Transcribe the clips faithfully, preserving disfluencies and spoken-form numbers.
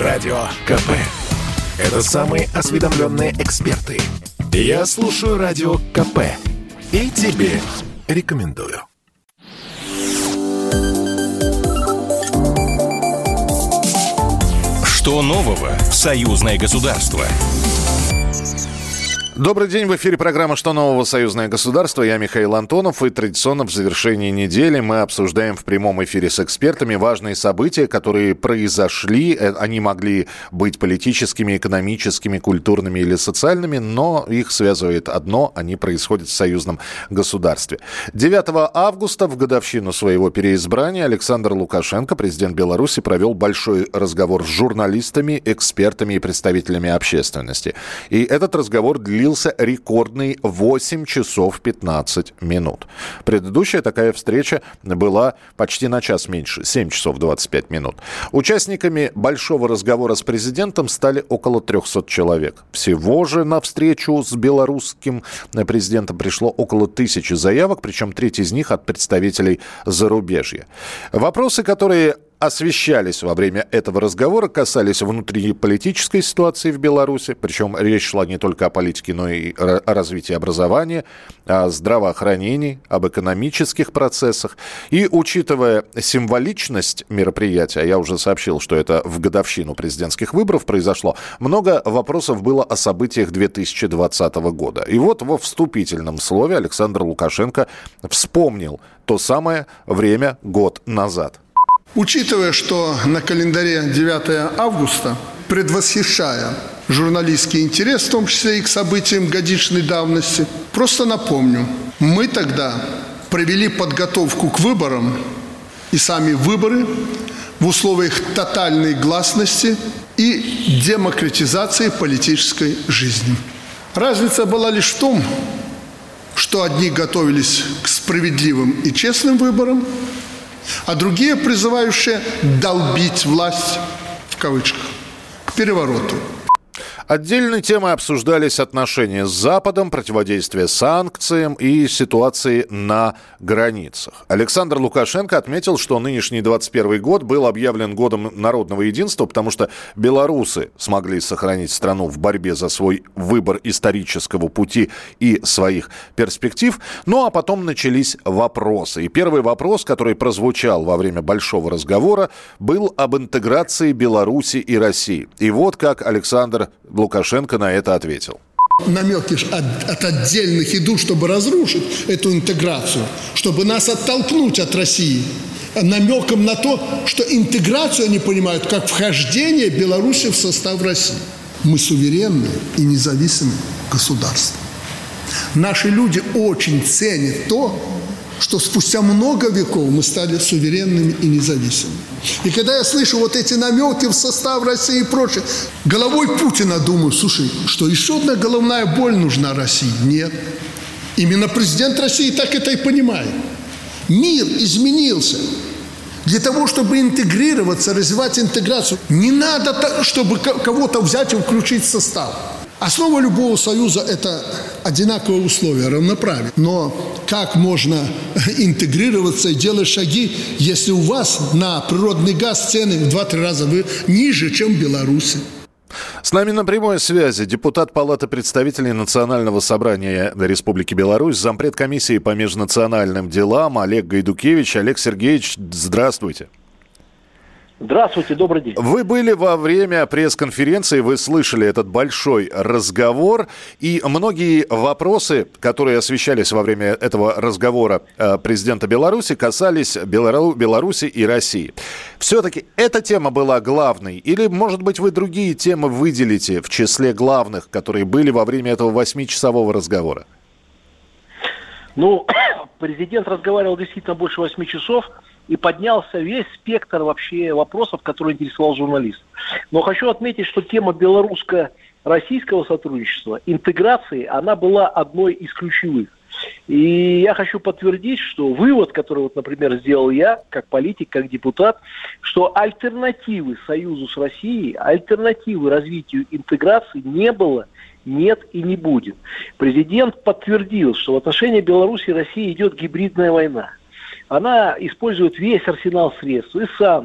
Радио КП. Это самые осведомленные эксперты. Я слушаю Радио КП и тебе рекомендую. Что нового в союзное государство? Добрый день, в эфире программа «Что нового? Союзное государство». Я Михаил Антонов, и традиционно в завершении недели мы обсуждаем в прямом эфире с экспертами важные события, которые произошли. Они могли быть политическими, экономическими, культурными или социальными, но их связывает одно – они происходят в союзном государстве. девятого августа, в годовщину своего переизбрания, Александр Лукашенко, президент Беларуси, провел большой разговор с журналистами, экспертами и представителями общественности. И этот разговор длился рекордные восемь часов пятнадцать минут. Предыдущая такая встреча была почти на час меньше, семь часов двадцать пять минут. Участниками большого разговора с президентом стали около триста человек. Всего же на встречу с белорусским президентом пришло около тысячи заявок, причем треть из них от представителей зарубежья. Вопросы, которые освещались во время этого разговора, касались внутриполитической ситуации в Беларуси, причем речь шла не только о политике, но и о развитии образования, о здравоохранении, об экономических процессах. И учитывая символичность мероприятия, я уже сообщил, что это в годовщину президентских выборов произошло, много вопросов было о событиях две тысячи двадцатого года. И вот во вступительном слове Александр Лукашенко вспомнил то самое время год назад. Учитывая, что на календаре девятого августа, предвосхищая журналистский интерес, в том числе и к событиям годичной давности, просто напомню, мы тогда провели подготовку к выборам и сами выборы в условиях тотальной гласности и демократизации политической жизни. Разница была лишь в том, что одни готовились к справедливым и честным выборам, а другие, призывающие долбить власть, в кавычках, к перевороту. Отдельной темой обсуждались отношения с Западом, противодействие санкциям и ситуации на границах. Александр Лукашенко отметил, что нынешний двадцать первый год был объявлен годом народного единства, потому что белорусы смогли сохранить страну в борьбе за свой выбор исторического пути и своих перспектив. Ну а потом начались вопросы. И первый вопрос, который прозвучал во время большого разговора, был об интеграции Беларуси и России. И вот как Александр Лукашенко на это ответил. Намеки от, от отдельных идут, чтобы разрушить эту интеграцию, чтобы нас оттолкнуть от России. Намеком на то, что интеграцию они понимают как вхождение Беларуси в состав России. Мы суверенное и независимое государство. Наши люди очень ценят то, что спустя много веков мы стали суверенными и независимыми. И когда я слышу вот эти намеки в состав России и прочее, головой Путина думаю, слушай, что еще одна головная боль нужна России? Нет. Именно президент России так это и понимает. Мир изменился. Для того, чтобы интегрироваться, развивать интеграцию, не надо, чтобы кого-то взять и включить в состав. Основа любого союза – это одинаковые условия, равноправие. Но как можно интегрироваться и делать шаги, если у вас на природный газ цены в два-три раза ниже, чем в Беларуси? С нами на прямой связи депутат Палаты представителей Национального собрания Республики Беларусь, зампред комиссии по межнациональным делам Олег Гайдукевич. Олег Сергеевич, здравствуйте. Здравствуйте, добрый день. Вы были во время пресс-конференции, вы слышали этот большой разговор, и многие вопросы, которые освещались во время этого разговора президента Беларуси, касались Белору- Беларуси и России. Все-таки эта тема была главной, или, может быть, вы другие темы выделите в числе главных, которые были во время этого восьмичасового разговора? Ну, президент разговаривал действительно больше восьми часов, и поднялся весь спектр вообще вопросов, которые интересовал журналист. Но хочу отметить, что тема белорусско-российского сотрудничества, интеграции, она была одной из ключевых. И я хочу подтвердить, что вывод, который, вот, например, сделал я, как политик, как депутат, что альтернативы союзу с Россией, альтернативы развитию интеграции не было, нет и не будет. Президент подтвердил, что в отношении Беларуси и России идет гибридная война. Она использует весь арсенал средств, и санкции,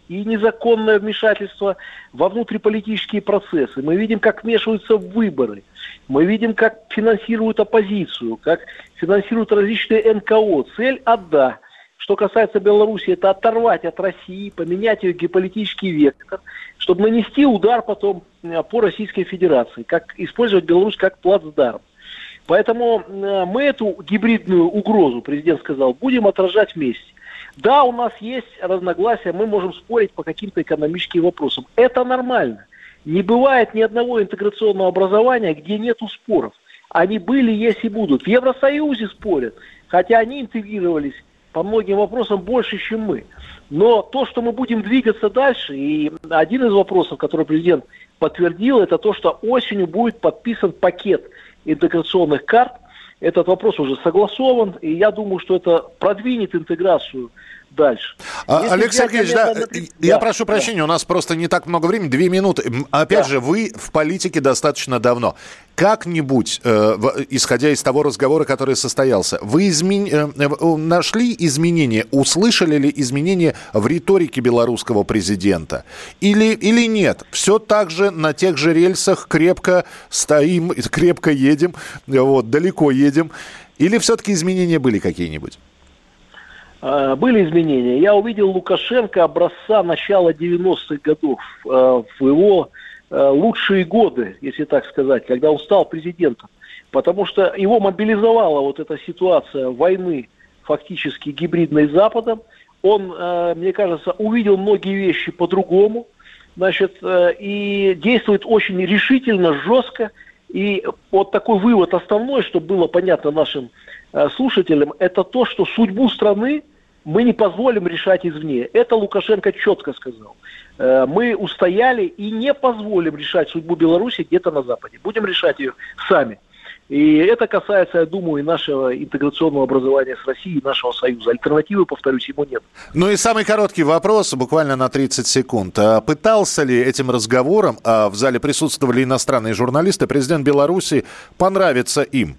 и незаконное вмешательство во внутриполитические процессы. Мы видим, как вмешиваются в выборы. Мы видим, как финансируют оппозицию, как финансируют различные эн ка о. Цель одна. Что касается Беларуси, это оторвать от России, поменять ее геополитический вектор, чтобы нанести удар потом по Российской Федерации, как использовать Беларусь как плацдарм. Поэтому мы эту гибридную угрозу, президент сказал, будем отражать вместе. Да, у нас есть разногласия, мы можем спорить по каким-то экономическим вопросам. Это нормально. Не бывает ни одного интеграционного образования, где нету споров. Они были, есть и будут. В Евросоюзе спорят, хотя они интегрировались по многим вопросам больше, чем мы. Но то, что мы будем двигаться дальше, и один из вопросов, который президент подтвердил, это то, что осенью будет подписан пакет интеграционных карт. Этот вопрос уже согласован, и я думаю, что это продвинет интеграцию дальше. А, Олег Сергеевич, да, на... я да, прошу прощения, да. У нас просто не так много времени, две минуты. Опять да. же, вы в политике достаточно давно. Как-нибудь, э, исходя из того разговора, который состоялся, вы измен... э, нашли изменения, услышали ли изменения в риторике белорусского президента? Или, или нет? Все так же на тех же рельсах крепко стоим, крепко едем, вот, далеко едем? Или все-таки изменения были какие-нибудь? Были изменения. Я увидел Лукашенко образца начала девяностых годов, в его лучшие годы, если так сказать, когда он стал президентом. Потому что его мобилизовала вот эта ситуация войны фактически гибридной с Западом. Он, мне кажется, увидел многие вещи по-другому, значит, и действует очень решительно, жестко. И вот такой вывод основной, чтобы было понятно нашим слушателям, это то, что судьбу страны мы не позволим решать извне. Это Лукашенко четко сказал. Мы устояли и не позволим решать судьбу Беларуси где-то на Западе. Будем решать ее сами. И это касается, я думаю, и нашего интеграционного образования с Россией, и нашего союза. Альтернативы, повторюсь, ему нет. Ну и самый короткий вопрос, буквально на тридцать секунд. Пытался ли этим разговором, а в зале присутствовали иностранные журналисты, президент Беларуси понравиться им?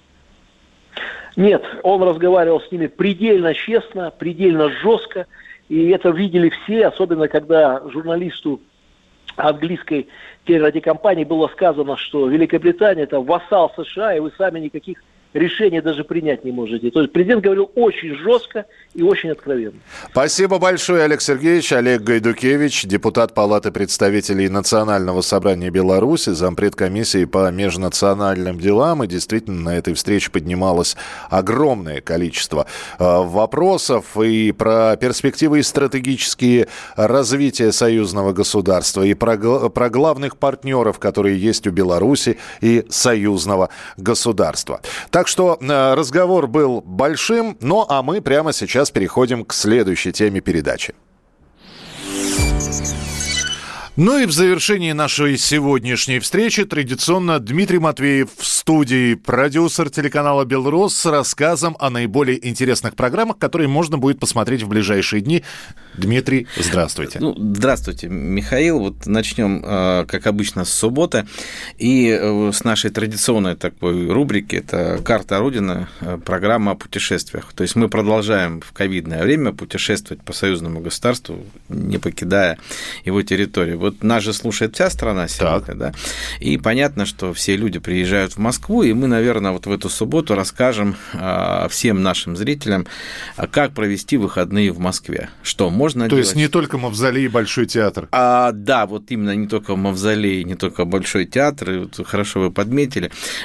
Нет, он разговаривал с ними предельно честно, предельно жестко, и это видели все, особенно когда журналисту английской телерадиокомпании было сказано, что Великобритания – это вассал США, и вы сами никаких решений даже принять не можете. То есть президент говорил очень жестко и очень откровенно. Спасибо большое, Олег Сергеевич. Олег Гайдукевич, депутат Палаты представителей Национального собрания Беларуси, зампред комиссии по межнациональным делам. И действительно, на этой встрече поднималось огромное количество э, вопросов и про перспективы и стратегические развития союзного государства, и про, про главных партнеров, которые есть у Беларуси и союзного государства. Так что э, разговор был большим, ну а мы прямо сейчас переходим к следующей теме передачи. Ну и в завершении нашей сегодняшней встречи традиционно Дмитрий Матвеев в студии, продюсер телеканала «Белрос», с рассказом о наиболее интересных программах, которые можно будет посмотреть в ближайшие дни. Дмитрий, здравствуйте. Ну, здравствуйте, Михаил. Вот начнем, как обычно, с субботы. И с нашей традиционной такой рубрики, это «Карта Родины», программа о путешествиях. То есть мы продолжаем в ковидное время путешествовать по союзному государству, не покидая его территорию. Вот нас же слушает вся страна сегодня, да, и понятно, что все люди приезжают в Москву, и мы, наверное, вот в эту субботу расскажем всем нашим зрителям, как провести выходные в Москве, что можно То делать. есть не только Мавзолей и Большой театр. А, да, вот именно не только Мавзолей, не только Большой театр, и вот хорошо вы подметили.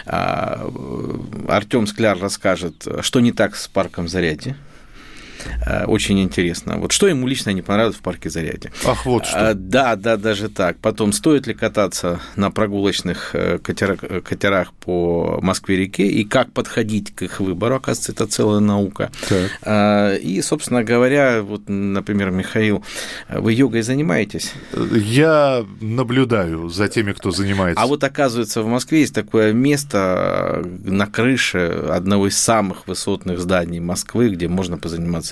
Артём Скляр расскажет, что не так с парком Зарядье. Очень интересно. Вот что ему лично не понравилось в парке Зарядье. Ах, вот что. Да, да, даже так. Потом, стоит ли кататься на прогулочных катерах, катерах по Москве-реке и как подходить к их выбору, оказывается, это целая наука. Так. И, собственно говоря, вот, например, Михаил, вы йогой занимаетесь? Я наблюдаю за теми, кто занимается. А вот, оказывается, в Москве есть такое место на крыше одного из самых высотных зданий Москвы, где можно позаниматься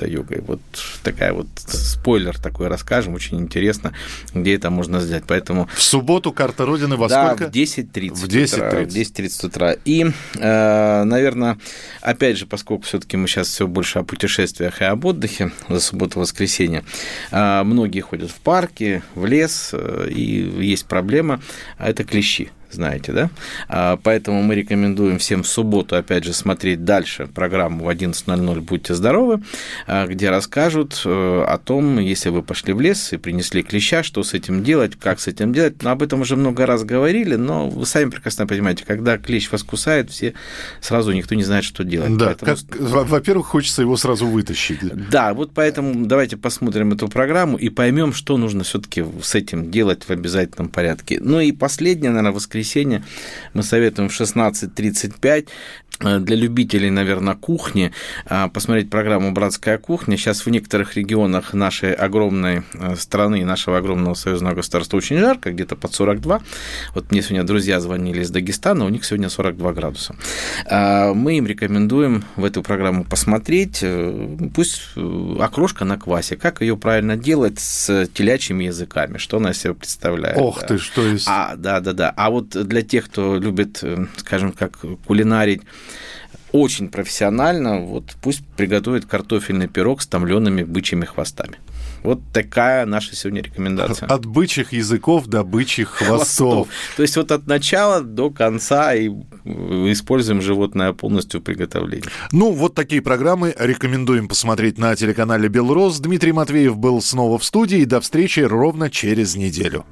вьюгой. Вот такая вот спойлер такой расскажем, очень интересно, где это можно сделать. Поэтому... В субботу карта Родины во да, сколько? в десять тридцать. В десять тридцать. В десять тридцать утра. И, э, наверное, опять же, поскольку все-таки мы сейчас все больше о путешествиях и об отдыхе за субботу-воскресенье, э, многие ходят в парки, в лес, э, и есть проблема, а это клещи. Знаете, да? Поэтому мы рекомендуем всем в субботу, опять же, смотреть дальше программу в одиннадцать ноль ноль «Будьте здоровы», где расскажут о том, если вы пошли в лес и принесли клеща, что с этим делать, как с этим делать. Ну, об этом уже много раз говорили, но вы сами прекрасно понимаете, когда клещ вас кусает, все сразу никто не знает, что делать. Да, поэтому... как, во-первых, хочется его сразу вытащить. Да, вот поэтому давайте посмотрим эту программу и поймем, что нужно все-таки с этим делать в обязательном порядке. Ну и последнее, наверное, воскресенье мы советуем в шестнадцать тридцать пять для любителей, наверное, кухни посмотреть программу «Братская кухня». Сейчас в некоторых регионах нашей огромной страны, нашего огромного союзного государства очень жарко, где-то под сорок два. Вот мне сегодня друзья звонили из Дагестана, у них сегодня сорок два градуса. Мы им рекомендуем в эту программу посмотреть, пусть окрошка на квасе, как ее правильно делать с телячьими языками, что она из себя представляет. Ох да. ты, что есть. А, да, да, да. А вот для тех, кто любит, скажем, как кулинарить очень профессионально, вот пусть приготовит картофельный пирог с томлеными бычьими хвостами. Вот такая наша сегодня рекомендация. От бычьих языков до бычьих хвостов. хвостов. То есть вот от начала до конца и используем животное полностью в приготовлении. Ну, вот такие программы рекомендуем посмотреть на телеканале «Белрос». Дмитрий Матвеев был снова в студии. И до встречи ровно через неделю.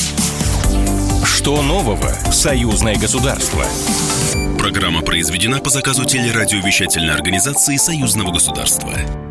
Что нового в союзное государство? Программа произведена по заказу телерадиовещательной организации Союзного государства.